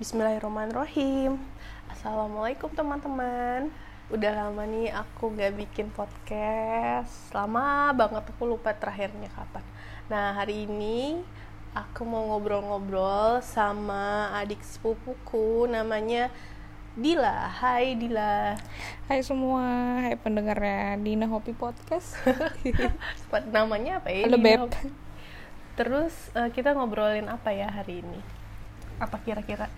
Bismillahirrahmanirrahim. Assalamualaikum teman-teman. Udah lama nih aku gak bikin podcast. Lama banget, aku lupa terakhirnya kapan. Nah, hari ini aku mau ngobrol-ngobrol sama adik sepupuku, namanya Dila. Hai Dila. Hai semua, hai pendengarnya Dina Hopi Podcast. Namanya apa ya? Halo Dina Beb. Hopi. Terus kita ngobrolin apa ya hari ini? Apa kira-kira?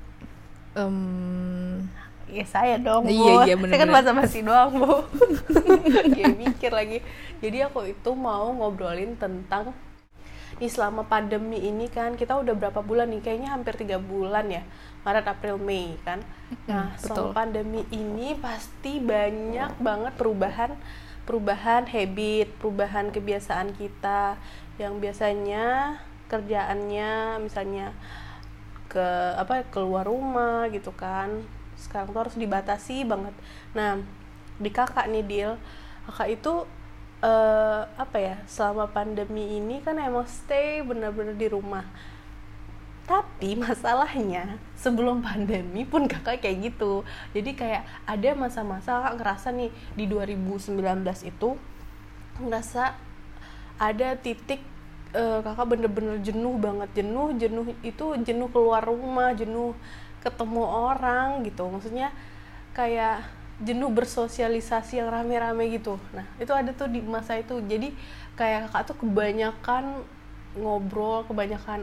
Ya saya dong, Bu. Iya, Saya kan basa-basi doang, Bu. Kayak mikir lagi. Jadi aku itu mau ngobrolin tentang selama pandemi ini kan, kita udah berapa bulan nih? Kayaknya hampir 3 bulan ya. Maret, April, Mei kan. Nah, selama pandemi ini pasti banyak banget perubahan habit, perubahan kebiasaan kita yang biasanya kerjaannya misalnya keluar rumah gitu kan, sekarang tuh harus dibatasi banget. Nah, di kakak nih Dil, kakak itu selama pandemi ini kan emang stay bener-bener di rumah. Tapi masalahnya sebelum pandemi pun kakak kayak gitu. Jadi kayak ada masa-masa kakak ngerasa nih di 2019 itu ngerasa ada titik kakak bener-bener jenuh banget, jenuh itu jenuh keluar rumah, jenuh ketemu orang gitu, maksudnya kayak jenuh bersosialisasi yang rame-rame gitu. Nah itu ada tuh di masa itu, jadi kayak kakak tuh kebanyakan ngobrol, kebanyakan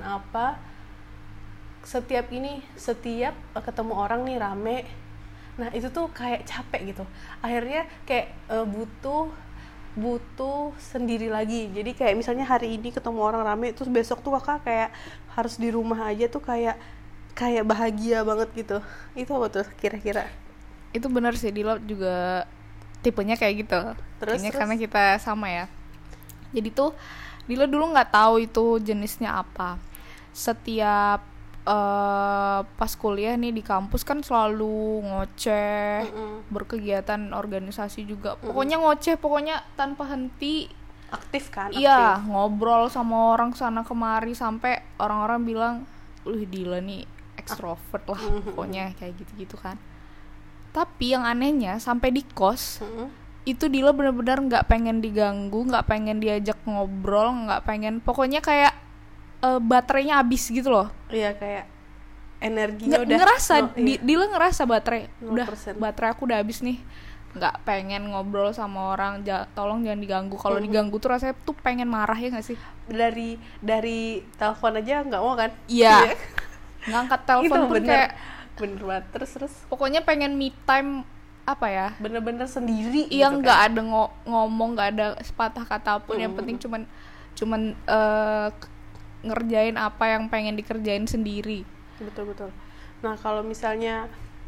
setiap ketemu orang nih rame. Nah itu tuh kayak capek gitu, akhirnya kayak butuh sendiri lagi. Jadi kayak misalnya hari ini ketemu orang rame, terus besok tuh kakak kayak harus di rumah aja tuh kayak bahagia banget gitu. Itu apa tuh kira-kira? Itu benar sih, Dila juga tipenya kayak gitu. Terus? Karena kita sama ya. Jadi tuh Dila dulu nggak tahu itu jenisnya apa. Setiap pas kuliah nih di kampus kan selalu ngoceh, berkegiatan organisasi juga. Pokoknya ngoceh, pokoknya tanpa henti. Aktif kan? Iya, ngobrol sama orang sana kemari sampai orang-orang bilang, Dila nih ekstrovert lah, pokoknya kayak gitu-gitu kan. Tapi yang anehnya sampai di kos itu Dila benar-benar nggak pengen diganggu, nggak pengen diajak ngobrol, nggak pengen, pokoknya kayak baterainya habis gitu loh. Iya, kayak energinya udah ngerasa Dila ngerasa baterai 0%. Udah baterai aku udah habis nih, nggak pengen ngobrol sama orang, tolong jangan diganggu. Kalau diganggu tuh rasanya tuh pengen marah, ya nggak sih? Dari telepon aja nggak mau kan? Iya. Ngangkat telepon pun bener, kayak bener banget. Terus pokoknya pengen me time, apa ya, bener-bener sendiri yang gitu nggak kan? ada ngomong, nggak ada sepatah kata pun. Yang penting cuman ngerjain apa yang pengen dikerjain sendiri. Betul. Nah kalau misalnya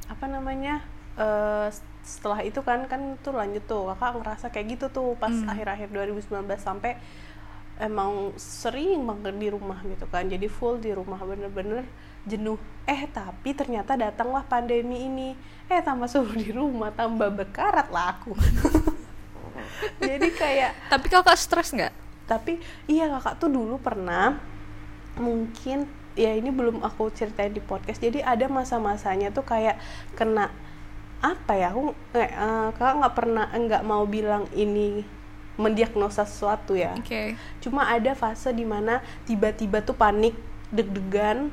setelah itu kan tuh lanjut tuh kakak ngerasa kayak gitu tuh pas akhir-akhir 2019 sampai emang sering banget di rumah gitu kan, jadi full di rumah, bener-bener jenuh. Tapi ternyata datanglah pandemi ini, tambah suruh di rumah, tambah berkarat lah aku. Jadi kayak, Tapi kakak stres nggak? tapi iya, kakak tuh dulu pernah, mungkin ya ini belum aku ceritain di podcast. Jadi ada masa-masanya tuh kayak kena aku kakak nggak mau bilang ini mendiagnosa sesuatu ya. Okay. Cuma ada fase dimana tiba-tiba tuh panik, deg-degan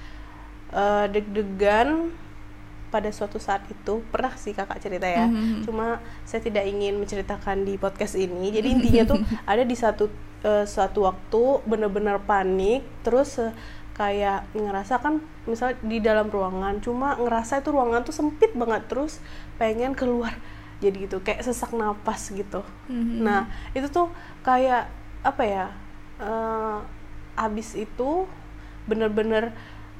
pada suatu saat itu. Pernah sih kakak cerita ya. Cuma saya tidak ingin menceritakan di podcast ini. Jadi intinya tuh ada di suatu waktu benar-benar panik, terus kayak ngerasa kan misalnya di dalam ruangan, cuma ngerasa itu ruangan tuh sempit banget, terus pengen keluar, jadi gitu kayak sesak napas gitu. Nah itu tuh kayak abis itu bener-bener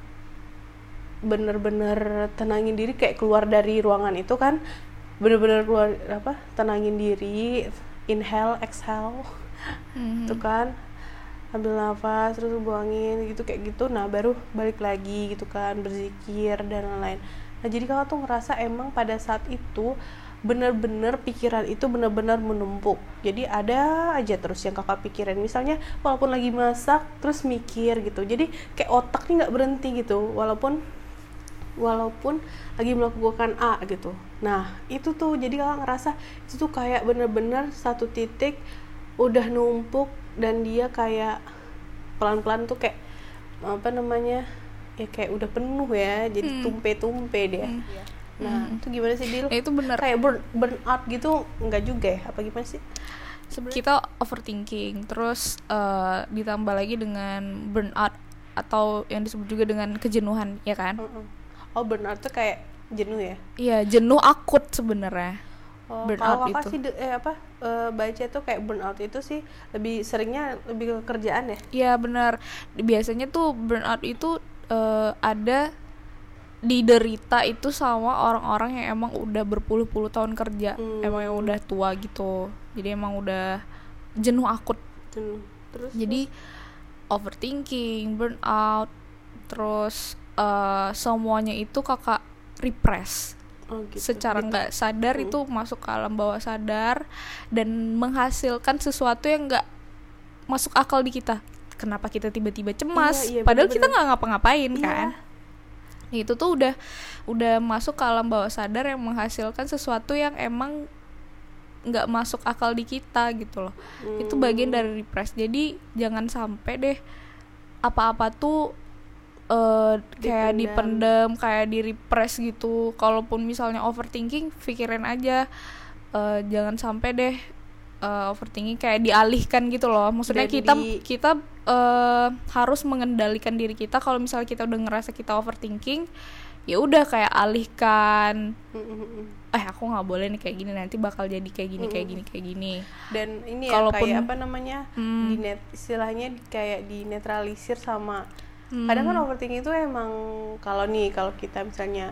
tenangin diri, kayak keluar dari ruangan itu kan, bener-bener keluar tenangin diri, inhale, exhale, itu kan, ambil nafas terus buangin gitu, kayak gitu. Nah baru balik lagi gitu kan, berzikir dan lain-lain. Nah jadi kakak tuh ngerasa emang pada saat itu bener-bener pikiran itu bener-bener menumpuk. Jadi ada aja terus yang kakak pikirin, misalnya walaupun lagi masak terus mikir gitu. Jadi kayak otak nih nggak berhenti gitu, walaupun walaupun lagi melakukan A gitu. Nah itu tuh jadi kakak ngerasa itu tuh kayak bener-bener satu titik udah numpuk dan dia kayak pelan-pelan tuh kayak apa namanya ya kayak udah penuh ya, jadi tumpe-tumpe dia. Nah itu gimana sih Dil? Ya, itu benar. Kayak burn out gitu enggak juga ya? Apa gimana sih? Kita overthinking, terus ditambah lagi dengan burnout atau yang disebut juga dengan kejenuhan, ya kan? Oh burnout tuh kayak jenuh ya? Iya, jenuh akut sebenarnya. Oh, Burnout kalau kakak itu. sih baca tuh kayak burnout itu sih lebih seringnya lebih ke kerjaan ya? Iya benar. Biasanya tuh burnout itu ada diderita itu sama orang-orang yang emang udah berpuluh-puluh tahun kerja, emang yang udah tua gitu. Jadi emang udah jenuh akut. Terus? Jadi overthinking, burnout, terus semuanya itu kakak repress. Oh, gitu. Secara nggak sadar itu masuk ke alam bawah sadar dan menghasilkan sesuatu yang nggak masuk akal di kita. Kenapa kita tiba-tiba cemas? Iya, Padahal bener-bener. kita nggak ngapa-ngapain Iya. kan? Itu tuh udah masuk ke alam bawah sadar yang menghasilkan sesuatu yang emang nggak masuk akal di kita gitu loh. Itu bagian dari repress. Jadi jangan sampai deh apa-apa tuh kayak dipendam, kayak di repress gitu. Kalaupun misalnya overthinking, pikirin aja, jangan sampai deh overthinking kayak dialihkan gitu loh. Maksudnya kita harus mengendalikan diri kita. Kalau misalnya kita udah ngerasa kita overthinking, ya udah kayak alihkan. Aku nggak boleh nih kayak gini, nanti bakal jadi kayak gini kayak gini kayak gini. Dan ini Kalaupun, ya kayak apa namanya istilahnya kayak dinetralisir sama kadang kan overthinking itu emang kalau kita misalnya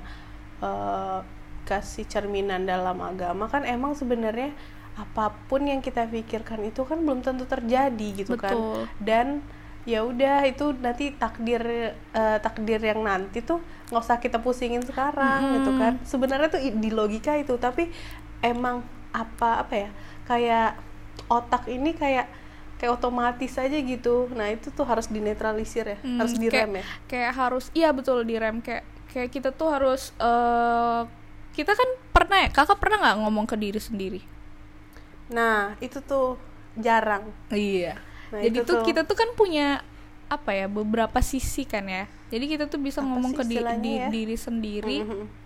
kasih cerminan dalam agama kan emang sebenarnya apapun yang kita pikirkan itu kan belum tentu terjadi gitu. Betul. Kan dan ya udah itu nanti takdir yang nanti tuh nggak usah kita pusingin sekarang gitu kan. Sebenarnya tuh di logika itu, tapi emang apa ya kayak otak ini kayak otomatis aja gitu. Nah itu tuh harus dinetralisir ya, harus direm ya. Kayak harus, iya betul, direm. Kayak kita tuh harus kita kan pernah ya, kakak pernah nggak ngomong ke diri sendiri? Nah itu tuh jarang. Iya. Nah, jadi tuh kita tuh kan punya apa ya, beberapa sisi kan ya. Jadi kita tuh bisa ngomong ke diri sendiri.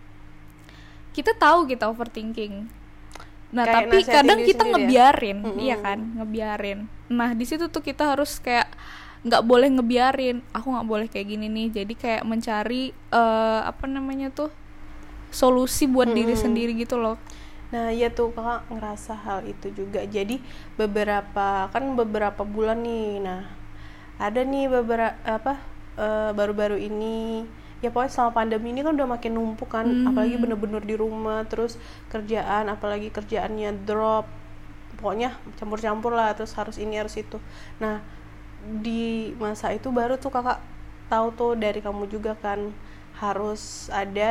Kita tahu kita overthinking. Nah kayak tapi kadang kita ngebiarin, iya kan, ngebiarin. Nah di situ tuh kita harus kayak nggak boleh ngebiarin. Aku nggak boleh kayak gini nih. Jadi kayak mencari apa namanya tuh solusi buat diri sendiri gitu loh. Nah ya tuh kakak ngerasa hal itu juga. Jadi beberapa bulan nih. Nah ada nih baru-baru ini. Ya pokoknya selama pandemi ini kan udah makin numpuk kan, apalagi bener-bener di rumah, terus kerjaan, apalagi kerjaannya drop, pokoknya campur-campur lah, terus harus ini harus itu. Nah di masa itu baru tuh kakak tahu tuh dari kamu juga kan harus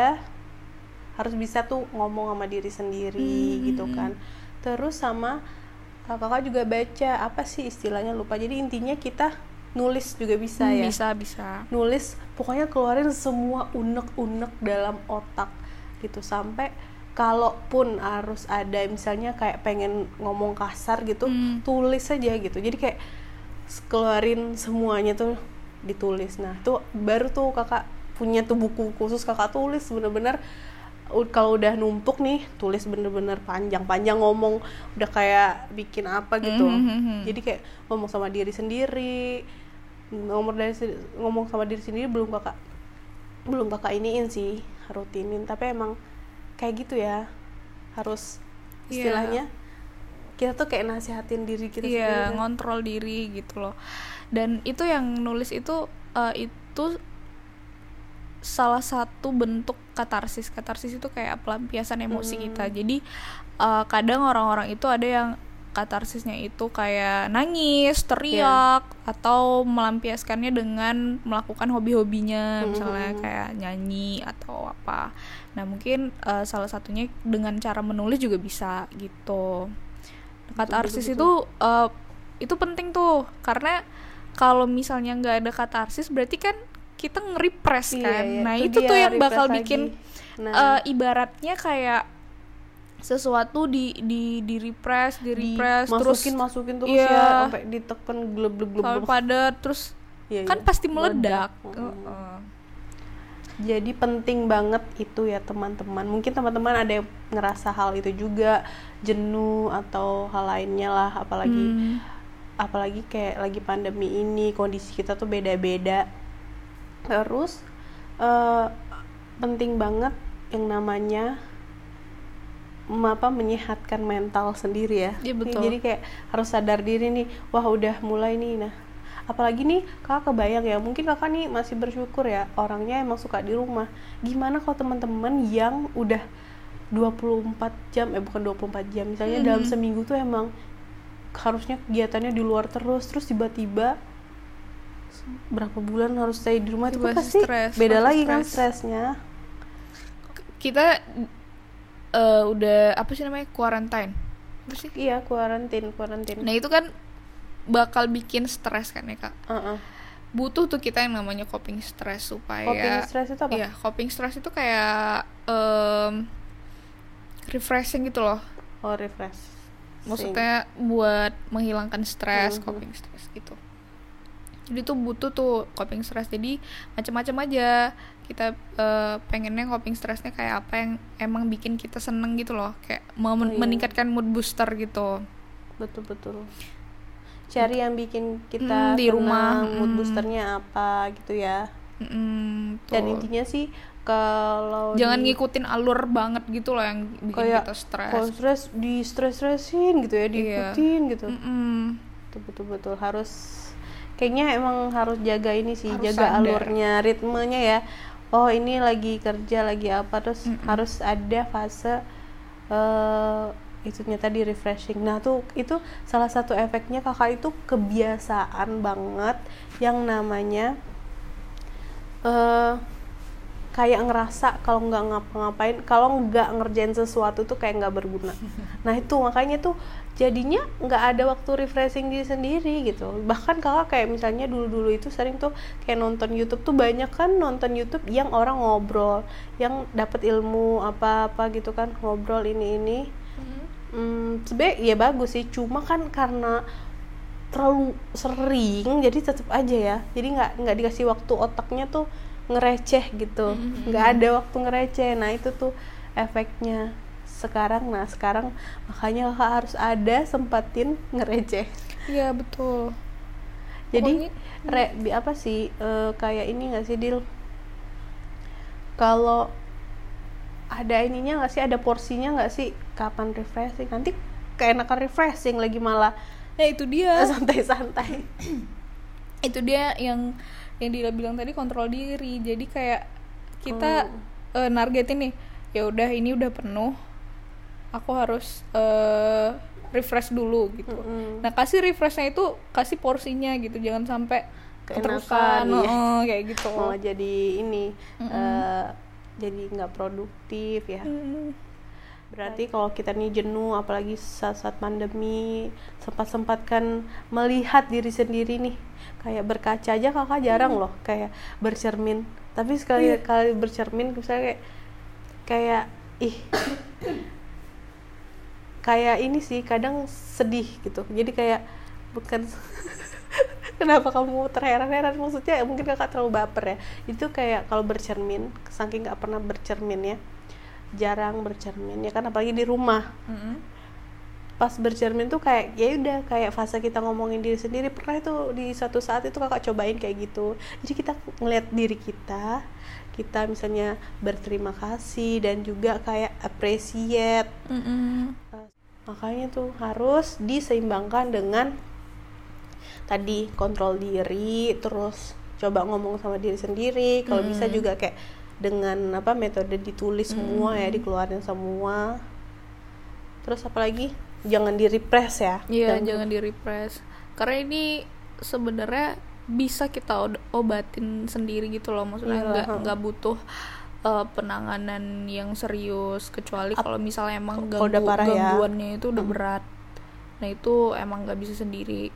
bisa tuh ngomong sama diri sendiri gitu kan. Terus sama kakak juga baca apa sih istilahnya lupa, jadi intinya kita nulis juga bisa ya. Bisa. Nulis, pokoknya keluarin semua unek-unek dalam otak gitu, sampai kalaupun harus ada misalnya kayak pengen ngomong kasar gitu, tulis aja gitu. Jadi kayak keluarin semuanya tuh ditulis. Nah, tuh baru tuh kakak punya tuh buku khusus kakak tulis bener-bener. Kalau udah numpuk nih, tulis bener-bener panjang-panjang, ngomong udah kayak bikin apa gitu. Jadi kayak ngomong sama diri sendiri, ngomong sama diri sendiri belum kakak iniin sih, rutinin. Tapi emang kayak gitu ya, harus istilahnya kita tuh kayak nasihatin diri kita sendiri. Iya, ngontrol diri gitu loh. Dan itu yang nulis itu salah satu bentuk katarsis itu kayak pelampiasan emosi kita. Jadi kadang orang-orang itu ada yang katarsisnya itu kayak nangis, teriak, atau melampiaskannya dengan melakukan hobi-hobinya, misalnya kayak nyanyi atau apa. Nah mungkin salah satunya dengan cara menulis juga bisa gitu. Katarsis itu penting tuh, karena kalau misalnya nggak ada katarsis berarti kan kita nge-repress kan. Iya, Nah itu itu dia, tuh yang repress bakal lagi. bikin Nah. ibaratnya kayak sesuatu di repress terus masukin terus iya, ya sampai ditekan sampai gleb padat terus Iya, kan iya. pasti meledak. Jadi penting banget itu ya teman-teman. Mungkin teman-teman ada yang ngerasa hal itu juga, jenuh atau hal lainnya lah, apalagi kayak lagi pandemi ini, kondisi kita tuh beda-beda. Terus penting banget yang namanya menyehatkan mental sendiri ya. Iya, betul. Jadi kayak harus sadar diri nih, wah udah mulai nih. Nah, apalagi nih kakak kebayang ya, mungkin kakak nih masih bersyukur ya orangnya emang suka di rumah. Gimana kalau teman-teman yang udah 24 jam, bukan 24 jam, misalnya dalam seminggu tuh emang harusnya kegiatannya di luar terus tiba-tiba berapa bulan harus stay di rumah, itu kan pasti beda lagi kan stresnya. Kita udah apa sih namanya, quarantine apa sih? Iya, quarantine. Nah itu kan bakal bikin stres kan ya kak. Butuh tuh kita yang namanya coping stress supaya coping stress itu apa? Iya, coping stress itu kayak refreshing gitu loh. Oh, refresh. Maksudnya buat menghilangkan stres, coping stress gitu. Jadi tuh butuh tuh coping stress. Jadi macam-macam aja. Kita pengennya coping stressnya kayak apa yang emang bikin kita seneng gitu loh. Kayak meningkatkan mood booster gitu. Betul. Cari yang bikin kita di rumah, mood boosternya apa gitu ya. Dan intinya sih kalau jangan ngikutin alur banget gitu loh yang bikin kayak kita stres. Kalau stres di stres-stresin gitu ya, diikutin gitu. Betul harus, kayaknya emang harus jaga ini sih, harus jaga sadar. alurnya, ritmenya ya. Oh ini lagi kerja lagi apa, terus harus ada fase itunya tadi, refreshing. Nah tuh itu salah satu efeknya kakak itu kebiasaan banget yang namanya kayak ngerasa kalau nggak ngapa-ngapain, kalau nggak ngerjain sesuatu tuh kayak nggak berguna. Nah itu makanya tuh jadinya nggak ada waktu refreshing diri sendiri gitu. Bahkan kakak kayak misalnya dulu itu sering tuh kayak nonton YouTube tuh, banyak kan nonton YouTube yang orang ngobrol, yang dapat ilmu apa gitu kan, ngobrol ini. Sebenarnya ya bagus sih, cuma kan karena terlalu sering jadi tetap aja ya, jadi nggak dikasih waktu otaknya tuh ngereceh gitu, nggak ada waktu ngereceh. Nah itu tuh efeknya sekarang. Nah sekarang makanya kakak harus ada sempatin ngereceh. Iya betul. Jadi apa sih kayak ini nggak sih Dil, kalau ada ininya nggak sih, ada porsinya nggak sih kapan refreshing, nanti keenakan refreshing lagi malah. Nah itu dia santai-santai. Itu dia yang Dila bilang tadi, kontrol diri. Jadi kayak kita nargetin nih, ya udah ini udah penuh, aku harus refresh dulu gitu. Nah kasih refreshnya itu, kasih porsinya gitu, jangan sampai keterusan kayak gitu. Jadi ini jadi nggak produktif ya. Berarti kalau kita nih jenuh, apalagi saat pandemi, sempat-sempatkan melihat diri sendiri nih, kayak berkaca aja kakak jarang loh kayak bercermin. Tapi sekali bercermin misalnya kayak kayak ini sih, kadang sedih gitu. Jadi kayak bukan kenapa kamu terheran-heran, maksudnya mungkin kakak terlalu baper ya. Itu kayak kalau bercermin, saking nggak pernah bercermin ya, jarang bercermin ya kan, apalagi di rumah. Pas bercermin tuh kayak ya udah kayak fase kita ngomongin diri sendiri. Pernah itu di suatu saat itu kakak cobain kayak gitu. Jadi kita ngeliat diri kita misalnya berterima kasih dan juga kayak appreciate. Makanya tuh harus diseimbangkan dengan tadi kontrol diri, terus coba ngomong sama diri sendiri. Kalau bisa juga kayak dengan metode ditulis semua ya, dikeluarin semua. Terus apalagi jangan di-repress ya. Iya, jangan di-repress. Karena ini sebenarnya bisa kita obatin sendiri gitu loh. Maksudnya nggak butuh penanganan yang serius, kecuali kalau misalnya emang gangguannya itu udah berat. Nah itu emang nggak bisa sendiri.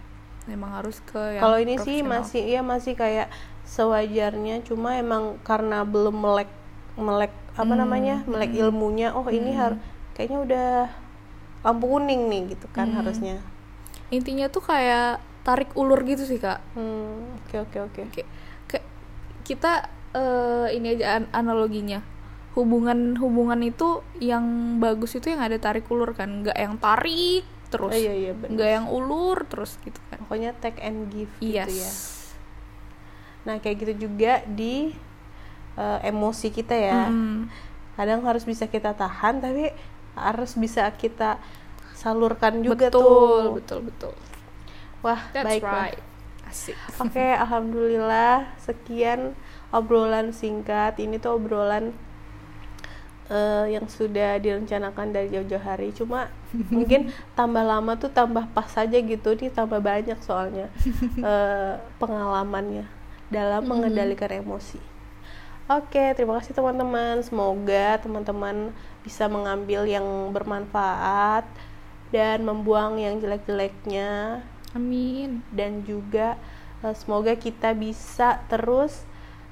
memang harus ke yang Kalau ini sih profesional. masih kayak sewajarnya, cuma emang karena belum melek melek ilmunya. Oh ini kayaknya udah lampu kuning nih gitu kan harusnya. Intinya tuh kayak tarik ulur gitu sih kak. Oke. Kayak kita ini aja analoginya, hubungan itu yang bagus itu yang ada tarik ulur kan, nggak yang tarik terus, Iya, bener. nggak yang ulur terus gitu kan. Pokoknya take and give Yes. gitu ya. Nah kayak gitu juga di emosi kita ya. Kadang harus bisa kita tahan, tapi harus bisa kita salurkan juga tuh. Betul. Wah, That's baiklah. right. Asik. Oke, alhamdulillah sekian obrolan singkat. Ini tuh obrolan yang sudah direncanakan dari jauh-jauh hari. Cuma mungkin tambah lama tuh tambah pas saja gitu. Ini tambah banyak soalnya pengalamannya dalam mengendalikan emosi. Oke, terima kasih teman-teman. Semoga teman-teman bisa mengambil yang bermanfaat dan membuang yang jelek-jeleknya. Amin. Dan juga semoga kita bisa terus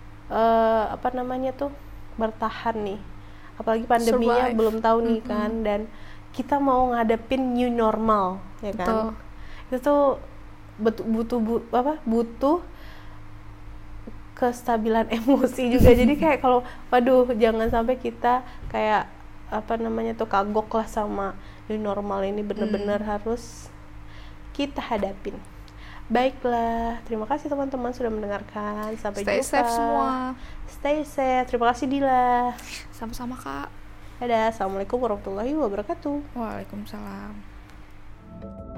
bertahan nih, apalagi pandeminya Survive. belum tahu nih kan, dan kita mau ngadepin new normal ya kan. Itu tuh butuh kestabilan emosi juga. Jadi kayak kalau jangan sampai kita kayak kagok lah sama new normal ini, bener-bener harus kita hadapin. Baiklah, terima kasih teman-teman sudah mendengarkan. Sampai Stay jumpa. safe semua. Stay safe. Terima kasih Dila. Sama-sama kak. Dadah. Assalamualaikum warahmatullahi wabarakatuh. Waalaikumsalam.